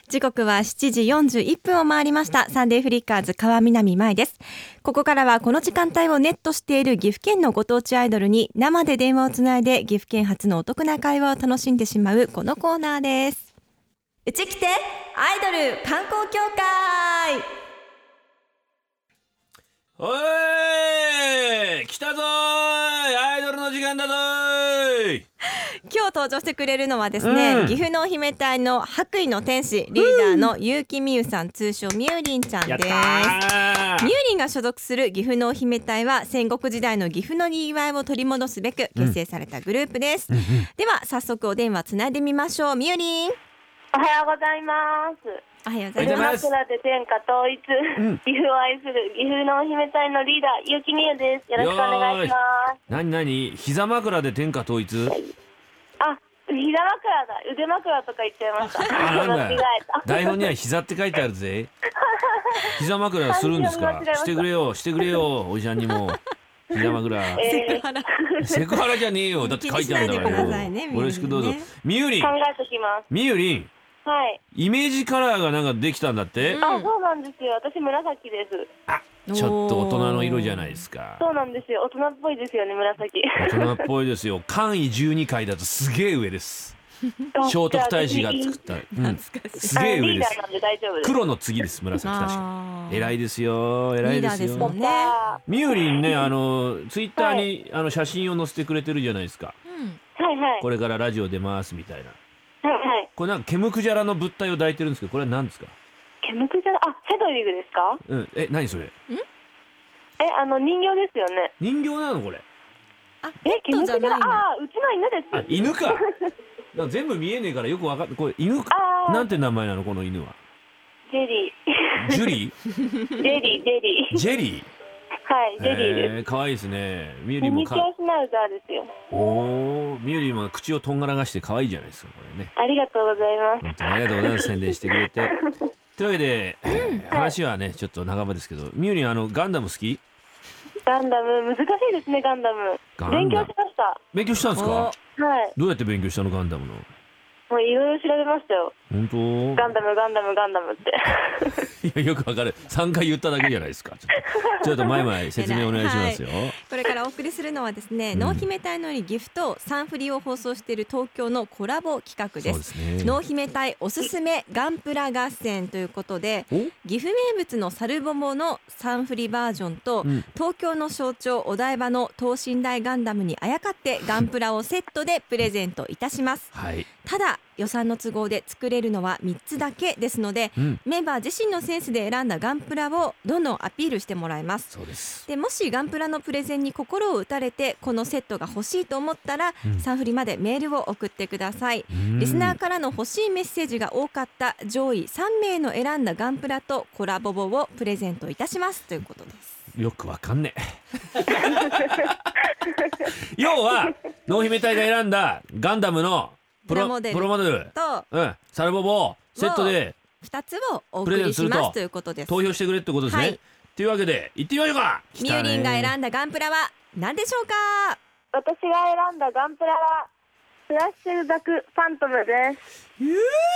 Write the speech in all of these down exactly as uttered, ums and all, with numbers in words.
時刻はしちじよんじゅういっぷんを回りました。サンデーフリッカーズ川南舞です。ここからはこの時間帯をネットしている岐阜県のご当地アイドルに生で電話をつないで岐阜県初のお得な会話を楽しんでしまうこのコーナーです。うち来てアイドル観光協会。 おい来たぞー、アイドルの時間だぞー。 今日登場してくれるのはですね、うん、岐阜のお姫隊の白衣の天使リーダーの結城美優さん、通称みゆりんちゃんです。みゆりんが所属する岐阜のお姫隊は戦国時代の岐阜のにぎわいを取り戻すべく結成されたグループです、うんうんうん、では早速お電話つないでみましょう。みゆりん、 おはようございます。 おはようございます。 枕で天下統一、うん、岐阜を愛する岐阜のお姫隊のリーダー結城美優です。よろしくお願いします。 なになに膝枕で天下統一、 あ、膝枕だ、腕枕とか言っちゃいました。 あ、なんだよ台本には膝って書いてあるぜ。膝枕するんですか。してくれよしてくれよ、おじちゃんにも膝枕、えー、セクハラセクハラじゃねえよ、だって書いてあるんだからよ、ね、よろしくどうぞ。みゆりん、 考えときます。 みゆりん、 はい、 イメージカラーがなんかできたんだって、 うん、あ、そうなんですよ。私紫です。 あ、ちょっと大人の色じゃないですか。 そうなんですよ。大人っぽいですよね、紫。 大人っぽいですよ。簡易じゅうにかいだとすげえ上です。聖徳太子が作った、うん、すげえ上です。黒の次です、紫。確か偉いですよ、偉いですよ。みゆりんね、あのツイッターに、はい、あの写真を載せてくれてるじゃないですか、うん、はいはい、これからラジオ出ますみたいな。はいはい、これなんかケムクジャラの物体を抱いてるんですけど、これは何ですか。 ケムクジャラ、あ、セドリグですか。 うん、え、何それ。ん、 え、あの人形ですよね。 人形なのこれ。 あ、え、ケムクジャラ、あ、うちの犬です。 あ、犬か。なんか全部見えねえからよくわかんない。これ犬か。なんて名前なのこの犬は。 ジェリー。 ジュリー。 ジェリー、ジェリー。 ジェリー。 はい、ジェリーです。 可愛いですね。みゆりもか。 ミニキャスナウザーですよ。 おお、みゆりも口をとんがらがして可愛いじゃないですかこれね。 ありがとうございます。 本当にありがとうございます。宣伝してくれて。というわけで、話はねちょっと長場ですけど、みゆりん、あのガンダム好き？ ガンダム難しいですね。ガンダム勉強しました。 勉強したんですか？はい。 どうやって勉強したのガンダムの？ もういろいろ調べましたよ。 本当？ ガンダムガンダムガンダムっていや、よくわかる。さんかい言っただけじゃないですか。ちょっと、ちょっと前々説明お願いしますよ。はい、 これからお送りするのはですね、濃姫隊のより岐阜とサンフリを放送している東京のコラボ企画です。濃姫隊おすすめガンプラ合戦ということで、岐阜名物のサルボモのサンフリバージョンと、うん、東京の象徴お台場の等身大ガンダムにあやかってガンプラをセットでプレゼントいたします。はい、ただ予算の都合で作れるのはみっつだけですので、うん、メンバー自身のセンスで選んだガンプラをどんどんアピールしてもらいます。 そうです。 でもしガンプラのプレゼンに心を打たれてこのセットが欲しいと思ったら、うん、サンフリまでメールを送ってください。リスナーからの欲しいメッセージが多かった上位さんめいの選んだガンプラとコラボボをプレゼントいたしますということです。 よくわかんねえ要は濃姫隊が選んだガンダムのプロモデル、プロモデルと、うん、サルボボをセットでふたつをお送りしますということです。 投票してくれってことですね。はい、というわけで行ってみましょうか。 みゆりんが選んだガンプラは何でしょうか。 私が選んだガンプラはスラッシュザクファントムです。イ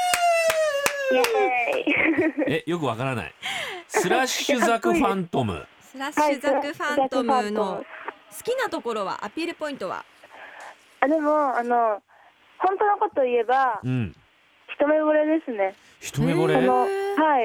エーイえ、よくわからない。スラッシュザクファントムスラッシュザクファントムの好きなところは、アピールポイントは。 あ、でもあの本当のことを言えば、うん、一目惚れですね。 一目惚れ。 はい、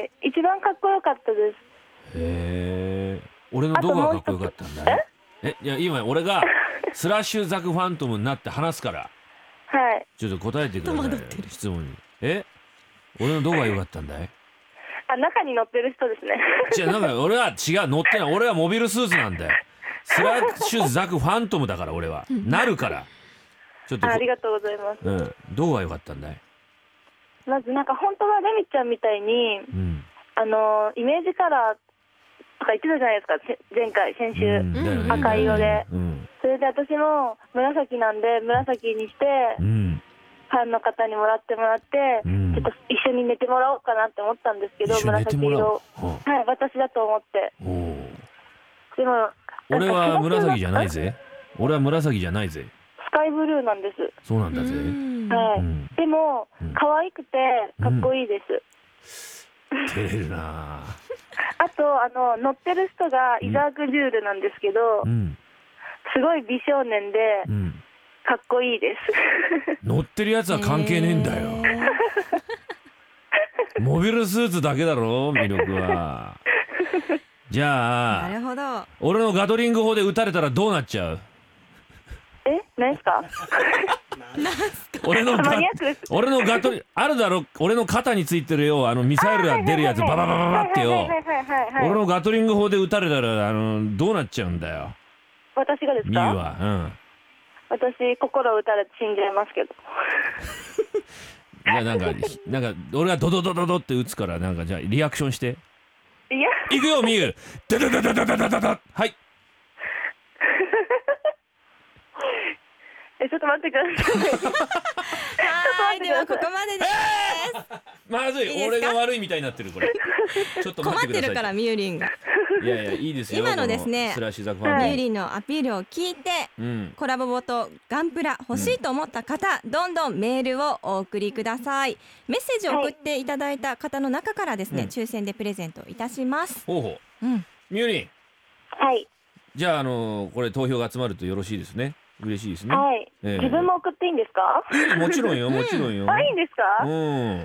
一番かっこよかったです。 へえ。俺のどこがかっこよかったんだい。え、いや今俺がスラッシュザクファントムになって話すからはい、ちょっと答えてください。質問に。え、俺のどこが良かったんだい。 あ、中に乗ってる人ですね。 違う、なんか俺は違う、乗ってない。俺はモビルスーツなんだよ。スラッシュザクファントムだから俺はなるから。ちょっと あ, ありがとうございます。 うん、どこが良かったんだい。 まずなんか本当はレミちゃんみたいに、うん、あのイメージカラーとか言ってたじゃないですか、前回先週、うん、赤色で、うん、それで私も紫なんで紫にして、うん、ファンの方にもらってもらって、うん、ちょっと一緒に寝てもらおうかなって思ったんですけど、紫色、はい、私だと思って。でも俺は紫じゃないぜ。俺は紫じゃないぜ。 スカイブルーなんです。 そうなんだぜ。 はい、うん、でも可愛くてかっこいいです。 照れるな。 あとあの乗ってる人がイザーク・ジュールなんですけど、うん、すごい美少年で、うん、かっこいいです乗ってるやつは関係ねえんだよ、モビルスーツだけだろ魅力は。じゃあ、なるほど、俺のガトリング砲で撃たれたらどうなっちゃう？ え、何ですか？ 俺のガ俺のガトリあるだろ、俺の肩についてるよ、あのミサイルが出るやつ、バババババってよ。俺のガトリング砲で撃たれたらあのどうなっちゃうんだよ。 私がですか？ ミーは、うん。 私心を打たれて死んじゃいますけど。 いやなんかなんか俺がドドドドドって撃つからなんかじゃあリアクションして。 いや。 行くよミー。ダダダダダダダダダ。はい。 え、ちょっと待ってください。 はい、ではここまでです。 まずい、いい俺が悪いみたいになってるこれ。ちょっと待ってください。 困ってるからミユリンが。 いやいやいいですよ。 今のですね、 スラッシュザクファンミユリンのアピールを聞いて、うん、コラボボとガンプラ欲しいと思った方、うん、どんどんメールをお送りください。メッセージを送っていただいた方の中からですね、はい、抽選でプレゼントいたします。 ほうほう。うん、ミユリン。 はい。 じゃああのー、これ投票が集まるとよろしいですね。嬉しいですね。 はい、えー、自分も送っていいんですか？ もちろんよ、もちろんよ。 あ、いいんですか？ うん。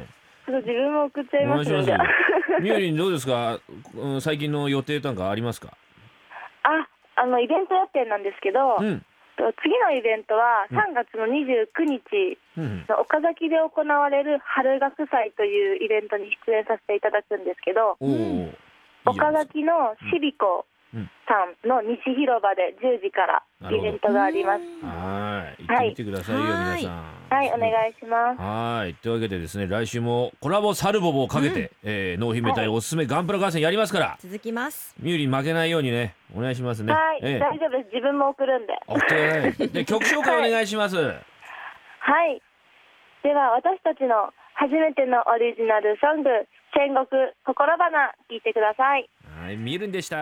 ちょっと自分も送っちゃいますので。 みゆりんどうですか？最近の予定なんかありますか？ あ、あのイベント予定なんですけど、うん、次のイベントはさんがつのにじゅうくにちの岡崎で行われる春学祭というイベントに出演させていただくんですけど、うん、岡崎のシビコさんの西広場でじゅうじからイベントがあります。 はい、行ってみてくださいよ、はい、皆さん。 はい、お願いします。 はい、というわけでですね、来週もコラボサルボボをかけて、うん、えー、濃姫隊おすすめガンプラ合戦やりますから、 続きます。 ミユリン負けないようにね、お願いしますね。 はい、えー、大丈夫です。自分も送るんで。 送ってで曲紹介お願いします。はい、 はい、では私たちの初めてのオリジナルソング戦国心花聞いてください。 はい、ミユリンでした。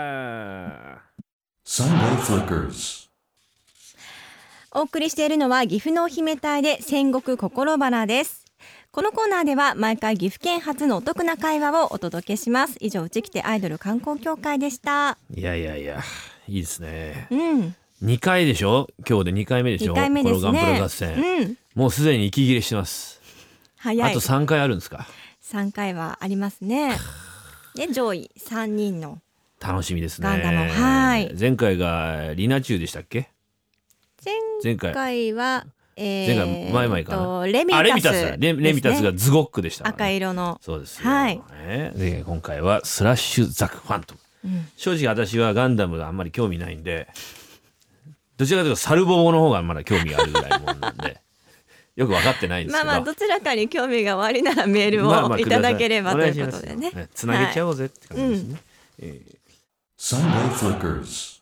Sunday Flickers。お送りしているのは岐阜の姫隊で戦国心花です。このコーナーでは毎回岐阜県初のお得な会話をお届けします。以上、うちきてアイドル観光協会でした。 いやいやいや、いいですね。 うん。 にかいでしょ？今日でにかいめでしょ？ にかいめですね。 このガンプラ合戦。うん、もうすでに息切れしてます。 早い。 あとさんかいあるんですか？ さんかいはありますね。で、上位さんにんの楽しみですね。 ガンダム、はい。 前回がリナチュウでしたっけ？ 前回は、えー、前回前々かな。 レミタス、 レミタス、レミタスがズゴックでしたから、ね。赤色の。 そうですよ。はい。で今回はスラッシュザクファントム。うん、正直私はガンダムがあんまり興味ないんで、どちらかというとサルボボの方がまだ興味があるぐらいのものなんで。よく分かってないんですけど、 まあまあどちらかに興味がおありならメールをいただければということでね、 つなげちゃおうぜって感じですね。はい、えー、Sunday Flickers